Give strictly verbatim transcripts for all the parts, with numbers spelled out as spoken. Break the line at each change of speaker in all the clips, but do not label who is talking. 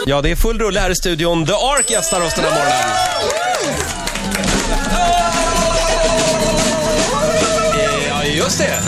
Ja, det är full rulle här i studion. The Ark gästar oss den här morgonen. Ja, just det.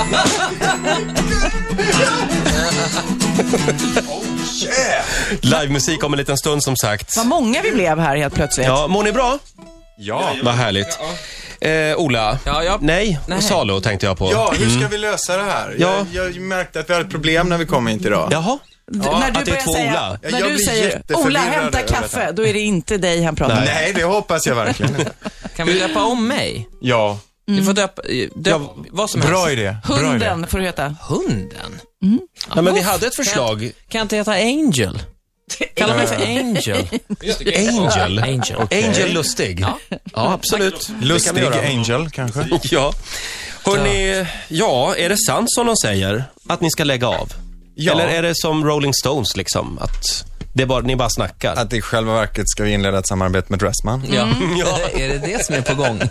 Livemusik om en liten stund, som sagt.
Vad många vi blev här helt plötsligt.
Ja, mår ni bra?
Ja.
Vad härligt. Eh, Ola,
Ja, ja.
nej,
Nej.
och Salo tänkte jag på.
Ja, hur ska vi lösa det här?
Ja.
Jag, jag märkte att vi hade ett problem när vi kom hit idag.
Jaha.
D- när du
att det är
börjar
två
säga,
Ola.
Ja,
när
jag
du
blir
säger
jätteförvirrad
Ola, hämta
över
kaffe,
detta.
då är det inte dig han pratar
Nej.
med.
Nej, det hoppas jag verkligen.
Kan vi döpa om mig?
Ja,
Du får döpa, döp, vad som
bra
helst.
idé. Bra idé.
Hunden får du heta.
Hunden?
Ja, men vi hade ett förslag.
Kan jag inte heta Angel? Kalla mig för Angel.
Angel.
Angel.
Angel Lustig. Ja, ja absolut. Det kan vi
Lustig
göra.
Angel, kanske.
Ja. Hörrni, ja, är det sant som de säger? Att ni ska lägga av?
Ja.
Eller är det som Rolling Stones liksom? Att det är bara, ni bara snackar?
Att i själva verket ska vi inleda ett samarbete med Dressman.
Ja. Är det det som är på gång?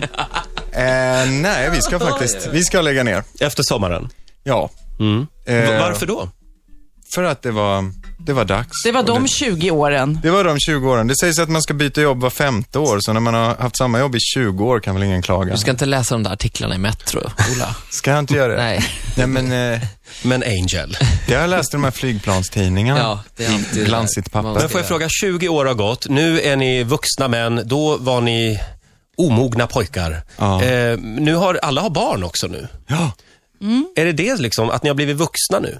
Eh, nej, vi ska faktiskt, vi ska lägga ner.
Efter sommaren?
Ja.
Mm.
Eh,
Varför då?
För att det var, det var dags.
Det var
Och
de
det,
tjugo åren.
det var de tjugo åren. Det sägs att man ska byta jobb var femte år. Så när man har haft samma jobb i tjugo år kan väl ingen klaga.
Du ska inte läsa de där artiklarna i Metro, Ola.
Ska jag inte göra det?
Nej.
Nej, men eh,
Men Angel.
jag har läst de här flygplanstidningarna.
Ja, det är alltid
I glansigt papper.
Man-
Men får jag fråga, tjugo år har gått. Nu är ni vuxna män. Då var ni omogna pojkar.
Ja.
Eh, nu har alla har barn också nu.
Ja.
Är det det liksom, att ni har blivit vuxna nu?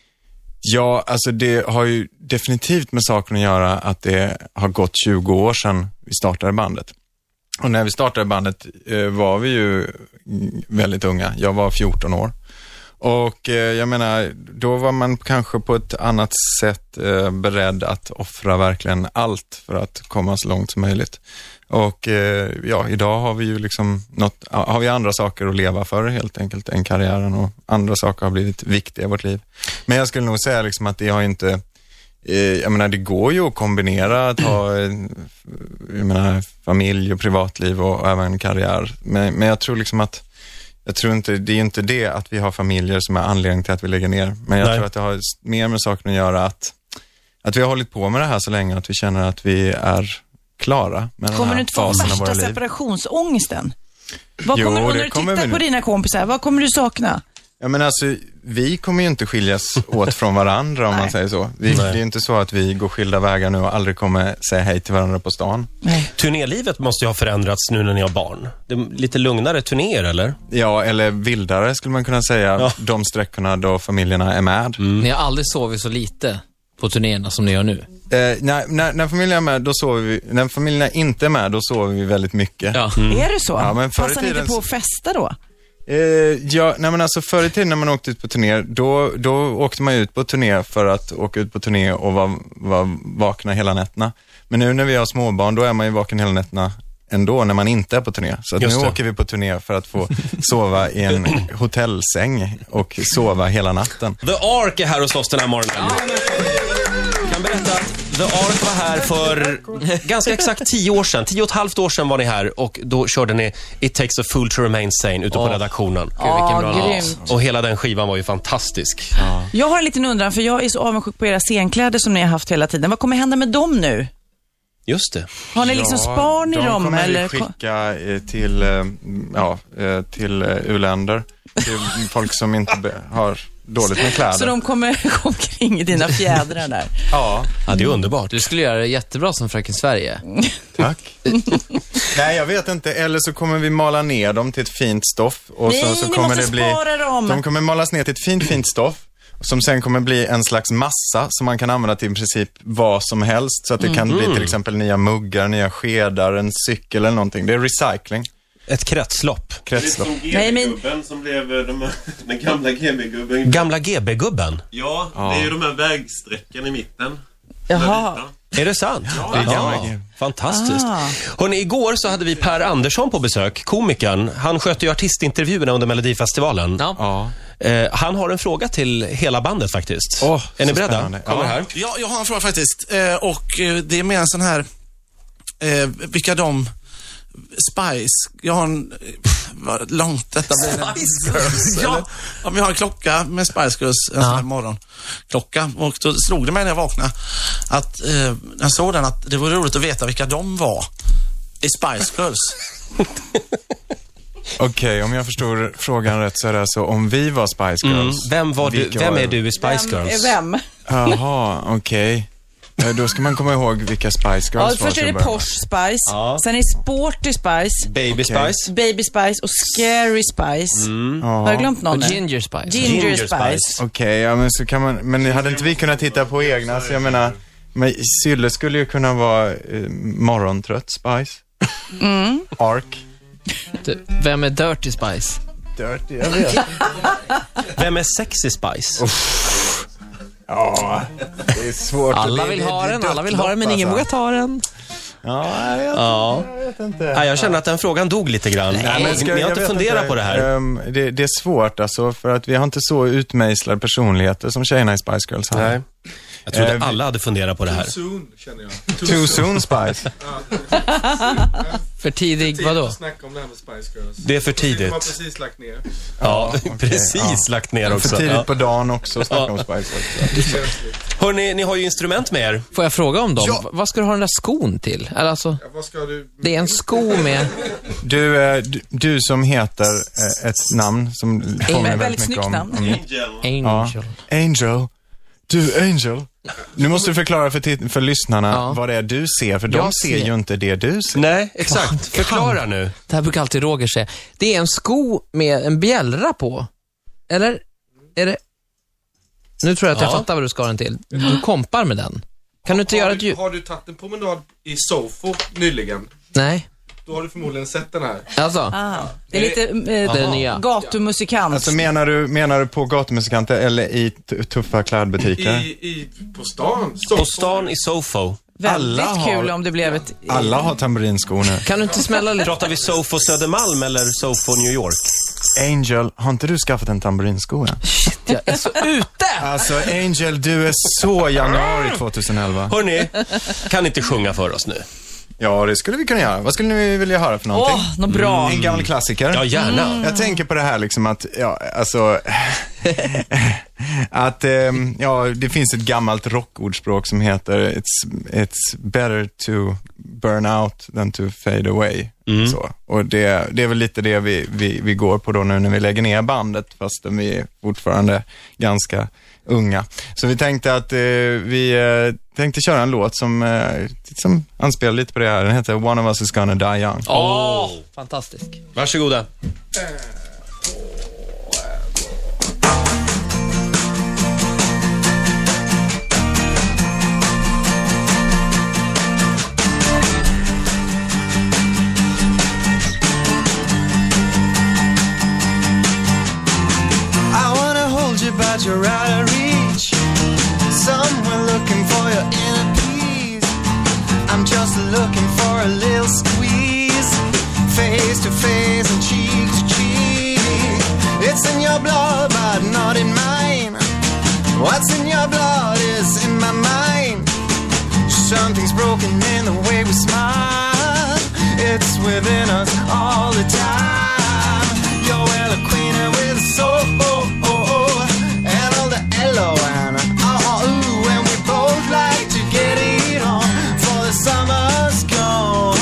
Ja, alltså det har ju definitivt med saken att göra att det har gått tjugo år sedan vi startade bandet. Och när vi startade bandet eh, var vi ju mm, väldigt unga. Jag var fjorton år. Och eh, jag menar, då var man kanske på ett annat sätt eh, beredd att offra verkligen allt för att komma så långt som möjligt. Och eh, ja, idag har vi ju liksom något, har vi andra saker att leva för helt enkelt än karriären, och andra saker har blivit viktiga i vårt liv. Men jag skulle nog säga liksom att det har inte, eh, jag menar det går ju att kombinera att ha eh, jag menar, familj och privatliv och, och även karriär. Men, men jag tror liksom att jag tror inte, det är inte det att vi har familjer som är anledning till att vi lägger ner. Men jag
Nej.
tror att det har mer med saken att göra att, att vi har hållit på med det här så länge att vi känner att vi är klara med den
Kommer
här
du inte få
fasen av våra
värsta
liv.
separationsångesten? Vad
Jo,
kommer,
det
när du
kommer
tittar
vi
på
nu.
dina kompisar, vad kommer du sakna?
Ja, men alltså, vi kommer ju inte skiljas åt från varandra om man
Nej.
säger så. Vi, det är ju inte så att vi går skilda vägar nu och aldrig kommer säga hej till varandra på stan.
Nej.
Turnélivet måste ju ha förändrats nu när ni har barn. Det är lite lugnare turnéer, eller?
Ja, eller vildare skulle man kunna säga.
Ja.
De sträckorna då familjerna är med.
Ni har aldrig sovit så lite på turnéerna som ni gör nu.
Eh, när, när, när familjen är med, då sover vi. När familjen inte är med, då sover vi väldigt mycket.
Ja.
Är det så?
Ja, men förr i
Passar ni inte
tiden
på
så-
att festa då?
Eh, ja, nej men alltså förr i tiden när man åkte ut på turné, då, då åkte man ut på turné för att åka ut på turné och vara var vakna hela nätterna. Men nu när vi har småbarn, då är man ju vaken hela nätterna ändå när man inte är på turné. Så att nu
Just det.
åker vi på turné för att få sova i en hotellsäng och sova hela natten.
The Ark är här hos oss den här morgonen. Jag kan berätta att The Ark var här för ganska exakt tio år sedan. Tio och ett halvt år sedan var ni här och då körde ni It Takes a Fool to Remain Sane ute på
Åh.
redaktionen.
Gud, vilken bra låt.
grymt.
Och hela den skivan var ju fantastisk.
Jag har en liten undran, för jag är så avundsjuk på era scenkläder som ni har haft hela tiden. Vad kommer hända med dem nu?
Just det.
Har ni liksom spar ni
de
dem?
kommer
Eller?
vi skicka eh, till, eh, ja, eh, till eh, u-länder. Till folk som inte be- har dåligt med kläder.
Så de kommer gå omkring i dina fjädrar där?
Ja,
Ja, det är underbart.
Du skulle göra det jättebra som Fröken Sverige.
tack. Nej, jag vet inte. Eller så kommer vi mala ner dem till ett fint stoff. Och
Nej,
sen så
ni
kommer
måste
det bli,
spara dem.
de kommer malas ner till ett fint, fint stoff. Som sen kommer bli en slags massa som man kan använda till i princip vad som helst. Så att det kan bli till exempel nya muggar, nya skedar, en cykel eller någonting. Det är recycling.
Ett kretslopp.
Kretslopp.
Nej, men-
G B-gubben som blev eh, de, den gamla G B-gubben.
Gamla G B-gubben.
Ja, det är ju de här vägsträckan i mitten.
Jaha.
Är det sant?
det är gamla G B.
Fantastiskt.
Ah.
Hörrni, igår så hade vi Per Andersson på besök, komikern. Han skötte ju artistintervjuerna under Melodifestivalen.
Ja.
Ja.
Eh, han har en fråga till hela bandet faktiskt.
Åh,
är ni
så
beredda?
spännande.
Kommer
Ja.
här.
Ja, jag har en fråga faktiskt. Eh, och eh, det är mer en sån här, eh, vilka de, Spice, jag har en, eh, vad långt detta blir.
Spice Girls,
Ja, om vi har en klocka med Spice Girls, en sån här morgonklocka. Och då slog det mig när jag vaknade att eh, jag såg den att det var roligt att veta vilka de var i Spice Girls.
Okej, okay, om jag förstår frågan rätt så är det alltså om vi var Spice Girls.
Mm. Vem, var du, vem är du i Spice
Vem
Girls?
är vem?
Jaha, okej. Okay. Då ska man komma ihåg vilka Spice Girls
Ja,
var.
först är det Posh Spice,
Ja.
sen är Sporty Spice,
Baby
Okej.
Spice?
Baby Spice och Scary Spice. Har jag glömt någon?
Och
nu?
Ginger Spice.
Ginger,
Ginger
Spice.
Spice.
Okej, okay, ja men så kan man, men hade inte vi kunnat titta på egna, så jag menar, men Sylle skulle ju kunna vara eh, morgontrött Spice.
Mm.
Ark.
Du, vem är Dirty Spice?
Dirty, jag vet.
Vem är Sexy Spice?
Ja, det är svårt.
Alla
det,
vill
det,
ha
det,
den,
det är
alla vill ha den, men ingen vågar ta den.
Ja, jag vet,
Ja.
jag vet inte.
Ja, jag känner att den frågan dog lite grann.
Nej, men ska-
Ni har
jag
inte
vet
funderat
inte.
på det här?
Ehm, det, det är svårt alltså, för att vi har inte så utmejslade personligheter som tjejerna i Spice Girls har.
Nej. Jag trodde
Eh,
alla hade funderat på det här.
Soon, känner jag.
Too soon Spice.
För tidig, vadå?
Snacka om det här med Spice Girls.
Det är för tidigt.
De har precis lagt ner.
Ja,
okej,
precis
ja.
lagt ner
För
också.
tidigt
Ja.
på dagen också, snacka om Spice Girls.
Hörrni, ni har ju instrument med er.
Får jag fråga om dem?
Ja.
V- Vad ska du ha den där skon till? Eller alltså,
Ja, vad ska du...
det är en sko med...
Du, eh, du, du som heter eh, ett namn som påminner
väldigt
väldigt mycket
snyggt
om,
namn.
om
Angel.
ja.
Angel.
Angel. Du, Angel. Nu måste du förklara för, tit- för lyssnarna
Ja.
vad det är du ser, för de
Jag
ser
ser-
ju inte det du ser.
Nej, exakt. Förklara nu.
Det här brukar alltid Roger säga. Det är en sko med en bjällra på. Eller? Är det... Nu tror jag att jag
Ja.
fattar vad du ska ha den till. Du kompar med den. Kan du inte göra
har,
ett
du,
ljud?
har du tagit en promenad i Sofo nyligen?
Nej.
Då har du förmodligen sett den här.
Alltså,
Ah, det är lite eh,
det är nya.
gatumusikant.
Alltså menar du, menar du på gatumusikanter eller i t- tuffa klädbutiker?
I, i, på stan. Sofo.
På stan i Sofo.
Väldigt
alla har-
kul om det blev ett...
Alla har tamburinskor nu.
kan du inte smälla lite?
Pratar vi Sofo Södermalm eller Sofo New York?
Angel, har inte du skaffat en tamburinsko än?
Jag är så ute!
Alltså Angel, du är så januari tjugoelva.
Hörni, kan ni inte sjunga för oss nu?
Ja, det skulle vi kunna göra. Vad skulle ni vilja höra för någonting?
Åh, något bra.
En gammal klassiker.
Ja, gärna.
Jag tänker på det här liksom att, ja, alltså att, ehm, ja, det finns ett gammalt rockordspråk som heter it's, it's better to burn out than to fade away. Så. Och det, det är väl lite det vi, vi, vi går på då nu när vi lägger ner bandet, fast vi är fortfarande ganska unga. Så vi tänkte att eh, vi eh, tänkte köra en låt som, eh, som anspelar lite på det här. Den heter One of Us Is Gonna Die Young.
Åh, fantastisk.
Varsågoda.
I wanna hold you, but you're out of reach. Somewhere looking for your inner peace. I'm just looking for a little squeeze. Face to face and cheek to cheek. It's in your blood, but not in mine. What's in your blood is in my mind. Something's broken in the way we smile. It's within us all the time. You're well acquainted with the soul, oh, oh, oh, and all the L O and oh, oh, ooh, and we both like to get it on for the summer's gone.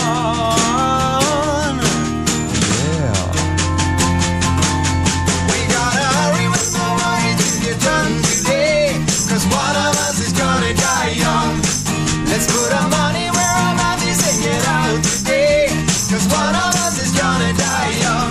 Yeah. We gotta hurry with the work to get done today, 'cause one of us is gonna die young. Let's put our money where our mouth is and get out today, 'cause one of us is gonna die young.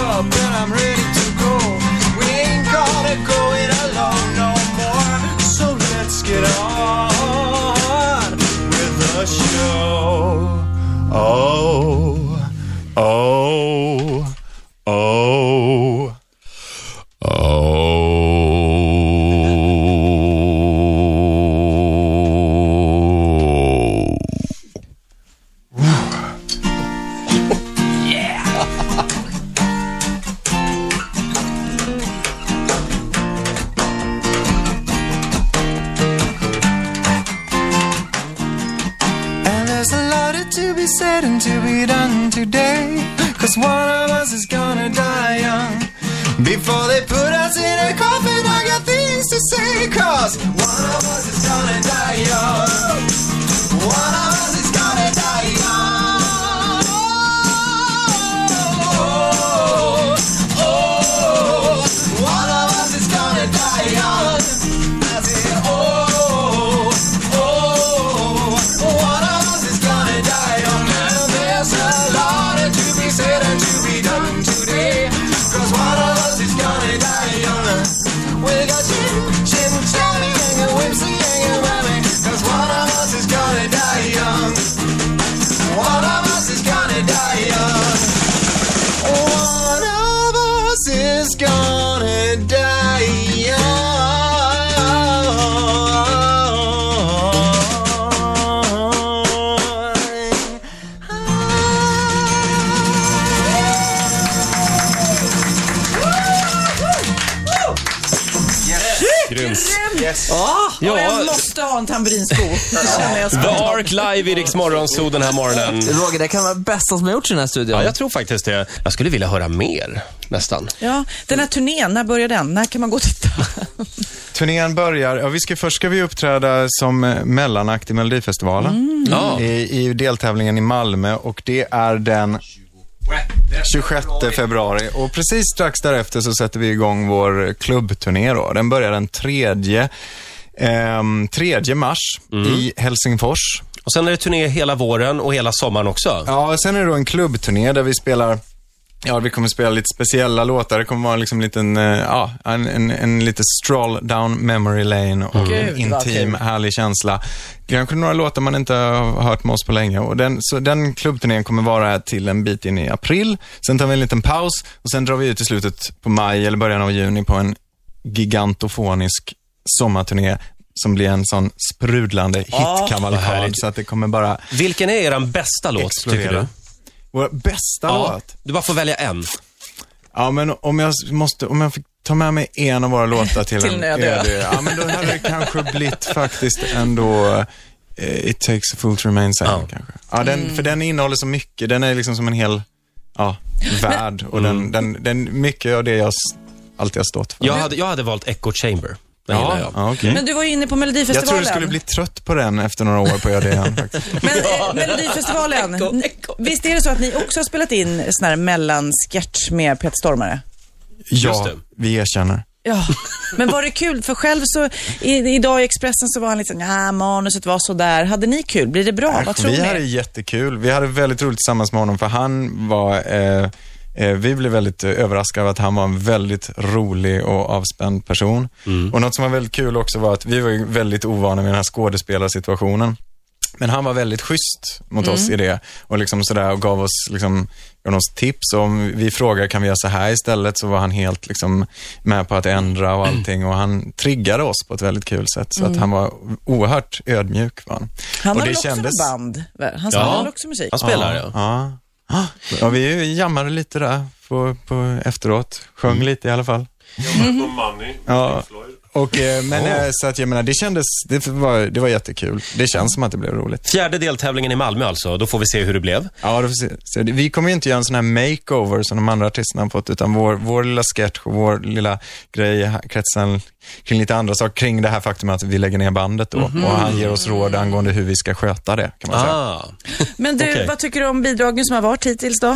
up and I'm ready to go. We ain't gonna go it alone no more. So let's get on with the show. Oh, oh, oh, oh. Said and to be done today, 'cause one of us is gonna die young. Before they put us in a coffin, I got things to say, 'cause one of us is gonna die young. One of us is gonna die young. Oh, oh, one of us is gonna die young. I say, oh, oh, one of us is gonna die young. There's a lot to be said and to be done today, 'cause one of us is gonna die young. We got chin, chin, chinny, and a whipsy, and a whammy, 'cause one of us is gonna die young. One of us is gonna die young. One of us is gonna die young.
Grymt.
Yes.
Ja.
Och jag måste ha en tamburinsko. Det känner jag.
The Ark live i Rix Morgonzoo den här morgonen.
Roger, det kan vara bästa som har gjorts i den här studion.
Ja, jag tror faktiskt det. Jag skulle vilja höra mer, nästan.
Ja, den här turnén, när börjar den? När kan man gå och titta?
Turnén börjar, ja, vi ska, först ska vi uppträda som mellanakt i Melodifestivalen.
Mm.
Ja.
I, I deltävlingen i Malmö, och det är den tjugosjätte februari. Och precis strax därefter så sätter vi igång vår klubbturné då. Den börjar den tredje, eh, tredje mars
Mm.
i Helsingfors.
Och sen är det turné hela våren och hela sommaren också.
Ja, sen är det då en klubbturné där vi spelar, ja, vi kommer spela lite speciella låtar. Det kommer vara liksom en liten, eh, ja, en, en, en lite stroll down memory lane och
Gud,
en
vad
intim,
kul.
härlig känsla. Kanske några låtar man inte har hört med oss på länge. Och den, så den klubbturnén kommer vara till en bit in i april. Sen tar vi en liten paus och sen drar vi ut i slutet på maj eller början av juni på en gigantofonisk sommarturné som blir en sån sprudlande
vad
hitkavalkad.
härligt.
Så att det kommer bara
Vilken är er bästa låt, tycker du?
explodera. Vår bästa
Ja,
låt?
du bara får välja en.
Ja, men om jag måste, om jag fick ta med mig en av våra låtar till,
Till
en
nödö.
öde, ja, men då hade det kanske blivit faktiskt ändå eh, It Takes a Fool to Remain Sane,
Ja.
kanske. Ja, den, för den innehåller så mycket. Den är liksom som en hel, ja, värld. Och den, den, den, mycket av det jag s- alltid har stått för.
Jag hade, jag hade valt Echo Chamber. Den gillar
ja,
jag.
ja, okej.
Men du var ju inne på
Jag
Melodifestivalen.
tror du skulle bli trött på den efter några år på att göra det igen, faktiskt.
Men eh, Melodifestivalen, n- visst är det så att ni också har spelat in sån här mellansketch med Peter Stormare?
Ja,
det.
vi erkänner.
Ja, men var det kul? För själv så, i, idag i Expressen så var han liksom, ja, manuset var så där. Hade ni kul? Blir det bra? Vad tror
vi
ni?
hade jättekul. Vi hade väldigt roligt tillsammans med honom, för han var, eh, eh, vi blev väldigt eh, överraskade av att han var en väldigt rolig och avspänd person. Och något som var väldigt kul också var att vi var ju väldigt ovana med den här skådespelarsituationen. Men han var väldigt schysst mot oss i det och liksom sådär, och gav oss liksom, gav oss tips. Och om vi frågade, kan vi göra så här istället, så var han helt liksom med på att ändra och allting. Och han triggade oss på ett väldigt kul sätt. Så att han var oerhört ödmjuk. Var han.
Han
och
har
det
väl också
kändes...
ett band? Han spelar
Ja.
väl också musik?
Han spelar, ja.
Ja. Ja. Ja, vi jammade lite där på, på efteråt. Sjöng lite i alla fall.
Jag var på Money.
Ja.
Pink Floyd.
Och, eh, men eh, så att jag menar, det kändes, det var, det var jättekul. Det känns som att det blev roligt.
Fjärde deltävlingen i Malmö alltså. Då får vi se hur det blev.
Ja, då får vi se. Så det- vi kommer ju inte göra en sån här makeover som de andra artisterna har fått, utan vår, vår lilla sketch och vår lilla grej kretsar kring lite andra saker, kring det här faktum att vi lägger ner bandet då. Och han ger oss råd angående hur vi ska sköta det, kan man säga.
Ah.
Men du,
Okej.
vad tycker du om bidragen som har varit hittills då? Någon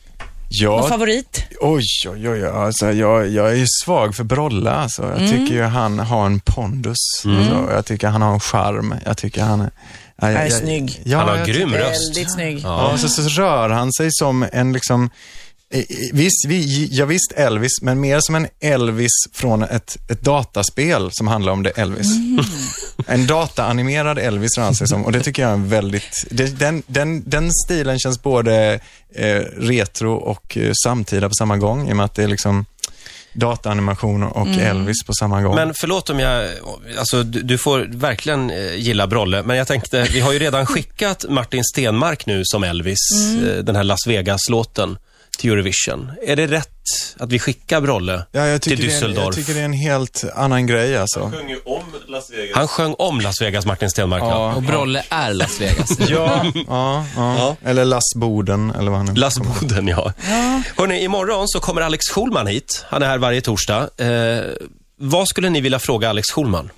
Ja,
favorit?
oj, oj, oj. Alltså, jag, jag är ju svag för Brolla. Alltså. Jag
Mm.
tycker ju han har en pondus. Alltså, jag tycker han har en charm. Jag tycker han är... Ja,
Han är
jag,
snygg.
Ja,
Han har
jag
grym
tycker-
röst.
Väldigt snygg.
Ja, så, så rör han sig som en liksom Visst, vi, ja, visst Elvis, men mer som en Elvis från ett, ett dataspel som handlar om det Elvis. Mm. En dataanimerad Elvis rör sig som, och det tycker jag är en väldigt... Det, den, den, den stilen känns både eh, retro och eh, samtida på samma gång, i och med att det är liksom dataanimation och mm. Elvis på samma gång.
Men förlåt om jag... Alltså, du, du får verkligen eh, gilla Brolle, men jag tänkte, vi har ju redan skickat Martin Stenmark nu som Elvis, mm. eh, den här Las Vegas-låten till Eurovision. Är det rätt att vi skickar Brolle
ja, jag
till Düsseldorf?
En, jag tycker det är en helt annan grej alltså.
Han sjöng ju om Las Vegas.
Han sjöng om Las Vegas, Martin Stenmark.
Ja, och Brolle är Las Vegas.
ja, ja, ja, ja. Eller Las Boden, eller vad han är.
Las Boden, ja. ja. Hörrni, imorgon så kommer Alex Schulman hit. Han är här varje torsdag. Eh, vad skulle ni vilja fråga Alex Schulman?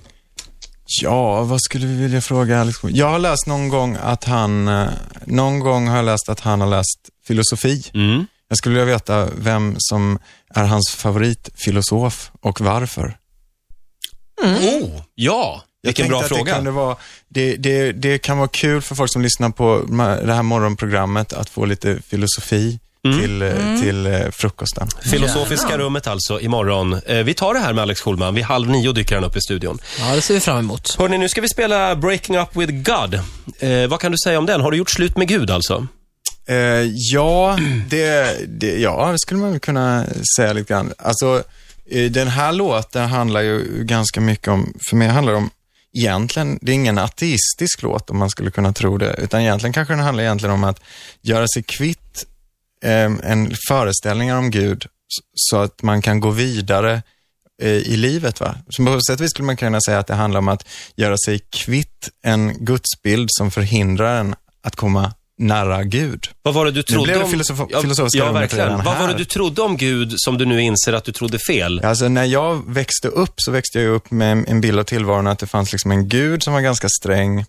Ja, vad skulle vi vilja fråga Alex Schulman? Jag har läst någon gång att han... Eh, någon gång har jag läst att han har läst filosofi. Mm. Jag skulle vilja veta vem som är hans favoritfilosof och varför.
Mm. Oh, ja. Vilken bra fråga.
Det, vara, det, det, det kan vara kul för folk som lyssnar på det här morgonprogrammet att få lite filosofi mm. till, mm. till frukosten.
Filosofiska rummet alltså imorgon. Vi tar det här med Alex Schulman. Vid halv nio dyker han upp i studion.
Ja, det ser vi fram emot.
Hörrni, nu ska vi spela Breaking Up With God. Eh, vad kan du säga om den? Har du gjort slut med Gud alltså?
Uh, ja, det, det, ja, det skulle man väl kunna säga lite grann. Alltså, uh, den här låten handlar ju ganska mycket om, för mig handlar det om, egentligen, det är ingen ateistisk låt om man skulle kunna tro det, utan egentligen kanske den handlar egentligen om att göra sig kvitt um, en föreställning om Gud så att man kan gå vidare uh, i livet, va? Så på sätt vis skulle man kunna säga att det handlar om att göra sig kvitt en gudsbild som förhindrar en att komma nära Gud.
Vad var det du trodde
det
om...
Filosof-
ja,
filosofiska
ja, verkligen. Vad
här.
var det du trodde om Gud som du nu inser att du trodde fel?
Alltså när jag växte upp så växte jag upp med en bild av tillvaron att det fanns liksom en Gud som var ganska sträng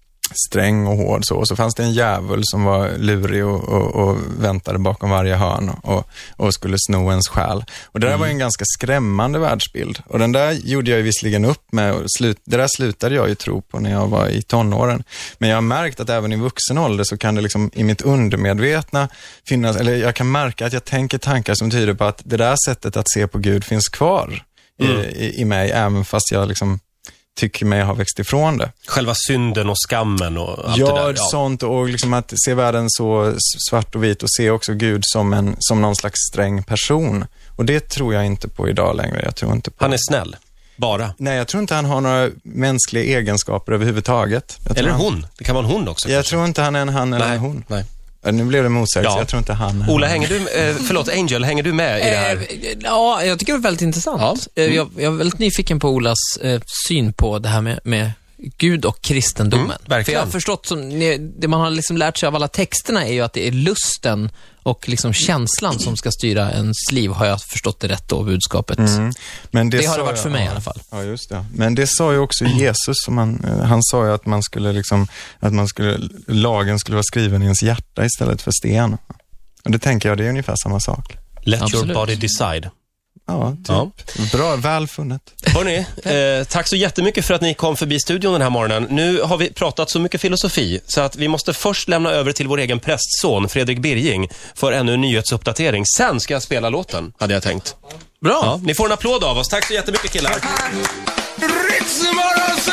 sträng och hård så. Och så fanns det en djävul som var lurig och, och, och väntade bakom varje hörn och, och skulle sno ens själ. Och det där mm. var en ganska skrämmande världsbild. Och den där gjorde jag ju visserligen upp med. Och slut, det där slutade jag ju tro på när jag var i tonåren. Men jag har märkt att även i vuxen ålder så kan det liksom i mitt undermedvetna finnas, eller jag kan märka att jag tänker tankar som tyder på att det där sättet att se på Gud finns kvar mm. i, i, i mig, även fast jag liksom tycker mig ha växt ifrån det.
Själva synden och skammen och allt
ja,
det där.
Ja, sånt och liksom att se världen så svart och vit och se också Gud som, en, som någon slags sträng person. Och det tror jag inte på idag längre. Jag tror inte på.
Han är snäll, bara.
Nej, jag tror inte han har några mänskliga egenskaper överhuvudtaget. Jag
eller
han...
hon. Det kan vara en hon också.
Jag
kanske.
tror inte han är en han eller
nej,
en hon.
Nej.
Nu blev det motsägelse, ja. Jag tror inte han...
Ola, hänger du, eh, förlåt, Angel, hänger du med i det här?
Eh, ja, jag tycker det är väldigt intressant. Ja. Mm. Jag, jag är väldigt nyfiken på Olas eh, syn på det här med, med Gud och kristendomen.
Mm,
För jag har förstått, som, det man har liksom lärt sig av alla texterna är ju att det är lusten och liksom känslan som ska styra ens liv, har jag förstått det rätt då, budskapet. Mm. Men det det har det varit jag, för mig
ja,
i alla fall.
Ja, just det. Men det sa ju också Jesus, som han, han sa ju att man skulle liksom, att man skulle, lagen skulle vara skriven i ens hjärta istället för sten. Och det tänker jag, det är ungefär samma sak.
Let
Absolut.
your body decide.
Ja, typ. Ja. Bra, väl funnet.
Hörrni, eh, tack så jättemycket för att ni kom förbi studion den här morgonen. Nu har vi pratat så mycket filosofi så att vi måste först lämna över till vår egen prästson Fredrik Birging för ännu en nyhetsuppdatering. Sen ska jag spela låten, hade jag tänkt.
Bra.
Ja, ni får en applåd av oss. Tack så jättemycket, killar.